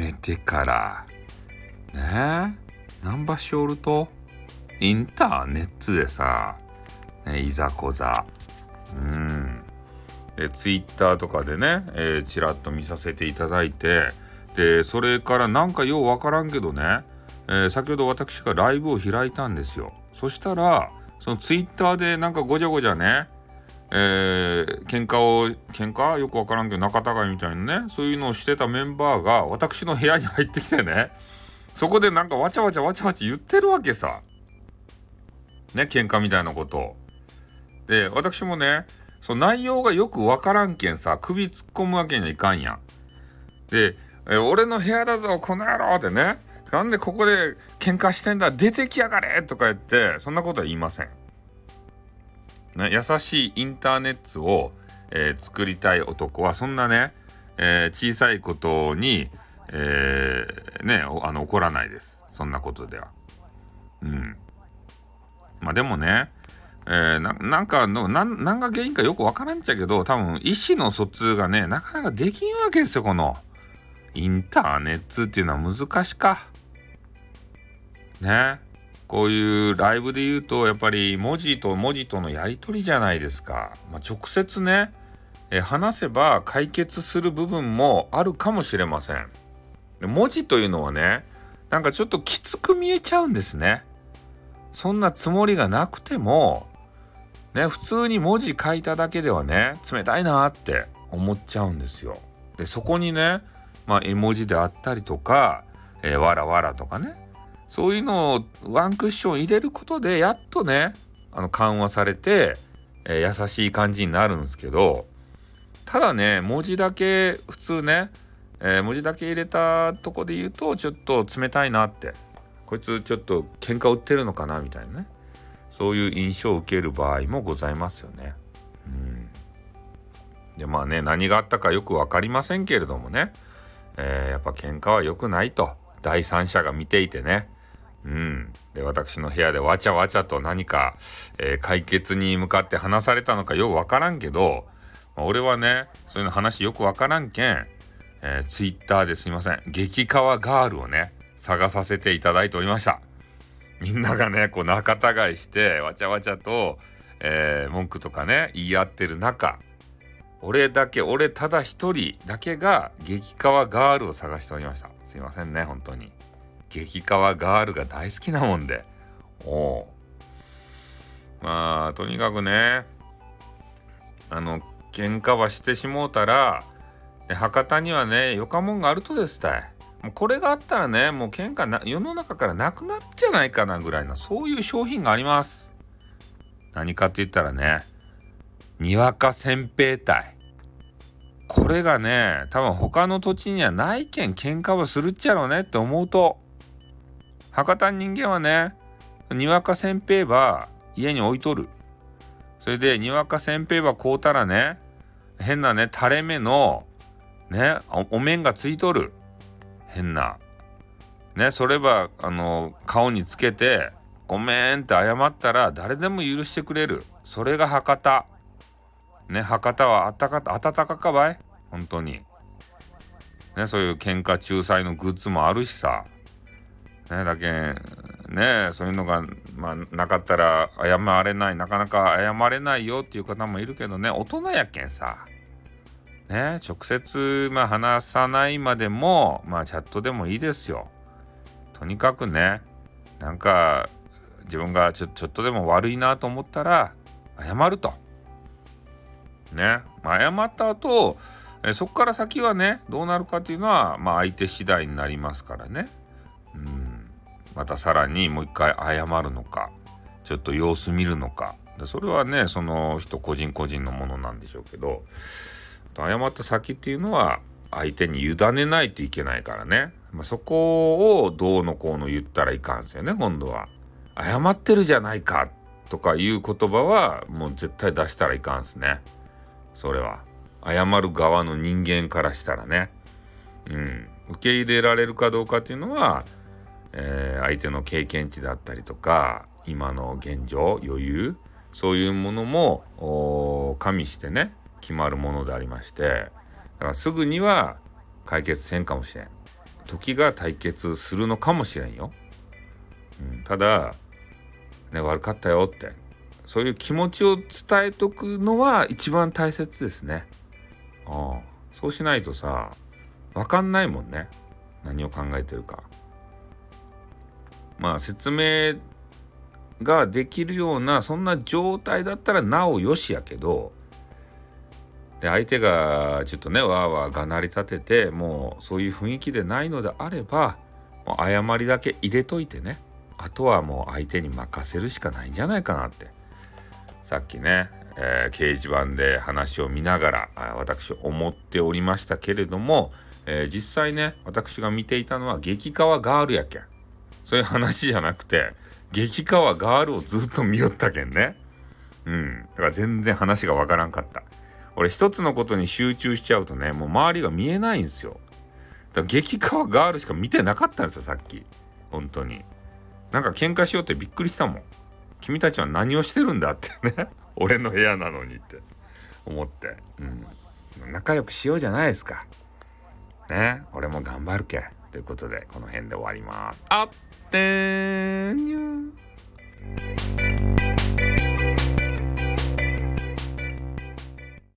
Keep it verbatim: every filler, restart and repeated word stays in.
めてからね何場所おるとインターネットでさ、ね、いざこざうんでツイッターとかでね、えー、ちらっと見させていただいて、でそれからなんかようわからんけどね、えー、先ほど私がライブを開いたんですよ。そしたらそのツイッターでなんかごちゃごちゃね、えー、喧嘩を喧嘩よくわからんけど仲違いみたいなね、そういうのをしてたメンバーが私の部屋に入ってきてね、そこでなんかわちゃわちゃわちゃわちゃ言ってるわけさね、喧嘩みたいなことを。で私もねその内容がよくわからんけんさ首突っ込むわけにはいかんやん。でえ俺の部屋だぞこの野郎ってね、なんでここで喧嘩してんだ出てきやがれとか言ってそんなことは言いません、ね、優しいインターネットを、えー、作りたい男はそんなね、えー、小さいことに、えー、ねあの怒らないです。そんなことでは。うんまあでもね、えー、な, なんかのなん何が原因かよくわからんっちゃけど、多分意思の疎通がねなかなかできんわけですよ。このインターネットっていうのは難しかね。こういうライブで言うとやっぱり文字と文字とのやり取りじゃないですか。まあ、直接ね、えー、話せば解決する部分もあるかもしれません。で文字というのはねなんかちょっときつく見えちゃうんですね。そんなつもりがなくてもね、普通に文字書いただけではね冷たいなって思っちゃうんですよ。でそこにねまあ絵文字であったりとか、えー、わらわらとかね、そういうのをワンクッション入れることでやっとねあの緩和されて、えー、優しい感じになるんですけど、ただね文字だけ普通ね、えー、文字だけ入れたとこで言うとちょっと冷たいなって、こいつちょっと喧嘩売ってるのかなみたいなね、そういう印象を受ける場合もございますよね。うんでまあね何があったかよく分かりませんけれどもね、えー、やっぱ喧嘩は良くないと第三者が見ていてね、うんで私の部屋でわちゃわちゃと何か、えー、解決に向かって話されたのかよく分からんけど、まあ、俺はねそういうの話よく分からんけん、えー、ツイッターですいません激カワガールをね探させていただいておりました。みんながねこう仲違いしてわちゃわちゃと、えー、文句とかね言い合ってる中、俺だけ俺ただ一人だけが激カワガールを探しておりました。すいませんね本当に激カワガールが大好きなもんで、おまあとにかくねあの喧嘩はしてしもうたら博多にはねよかもんがあるとですたい。もうこれがあったらねもう喧嘩な世の中からなくなるんじゃないかなぐらいなそういう商品があります。何かって言ったらねにわか煎餅隊、これがね多分他の土地にはないけん喧嘩はするっちゃろうねって思うと、博多人間はねにわか煎餅ば家に置いとる。それでにわか煎餅ば買うたらね変なね垂れ目のね お, お面がついとる変なね、そればあの顔につけてごめんって謝ったら誰でも許してくれる。それが博多ね。博多はあったか暖かかばい本当にね。そういう喧嘩仲裁のグッズもあるしさね、だけんねそういうのが、まあ、なかったら謝れない、なかなか謝れないよっていう方もいるけどね、大人やけんさね直接まあ話さないまでもまあチャットでもいいですよ。とにかくねなんか自分がちょ、ちょっとでも悪いなと思ったら謝るとね、まあ、謝った後えそこから先はねどうなるかっていうのはまあ相手次第になりますからね。うんまたさらにもう一回謝るのかちょっと様子見るのか、でそれはねその人個人個人のものなんでしょうけど、謝った先っていうのは相手に委ねないといけないからね、まあ、そこをどうのこうの言ったらいかんですよね。今度は謝ってるじゃないかとかいう言葉はもう絶対出したらいかんですね。それは謝る側の人間からしたらね、うん、受け入れられるかどうかっていうのは、えー、相手の経験値だったりとか今の現状余裕そういうものも加味してね決まるものでありまして、だからすぐには解決せんかもしれん時が対決するのかもしれんよ、うん、ただね悪かったよってそういう気持ちを伝えとくのは一番大切ですね。ああ、そうしないとさ分かんないもんね、何を考えてるか。まあ説明ができるようなそんな状態だったらなおよしやけど、で相手がちょっとねわーわーがなり立ててもうそういう雰囲気でないのであればもう謝りだけ入れといてね、あとはもう相手に任せるしかないんじゃないかなって、さっきね、えー掲示板で話を見ながらあ私思っておりましたけれども、えー実際ね私が見ていたのは激カワガールやけん、そういう話じゃなくて激カワガールをずっと見よったけんね。うんだから全然話がわからんかった。俺一つのことに集中しちゃうとねもう周りが見えないんですよ。だから激カワガールしか見てなかったんですよさっき。本当になんか喧嘩しようってびっくりしたもん。君たちは何をしてるんだってね俺の部屋なのにって思って、うん、仲良くしようじゃないですかね。俺も頑張るけということでこの辺で終わります。あってーにゅー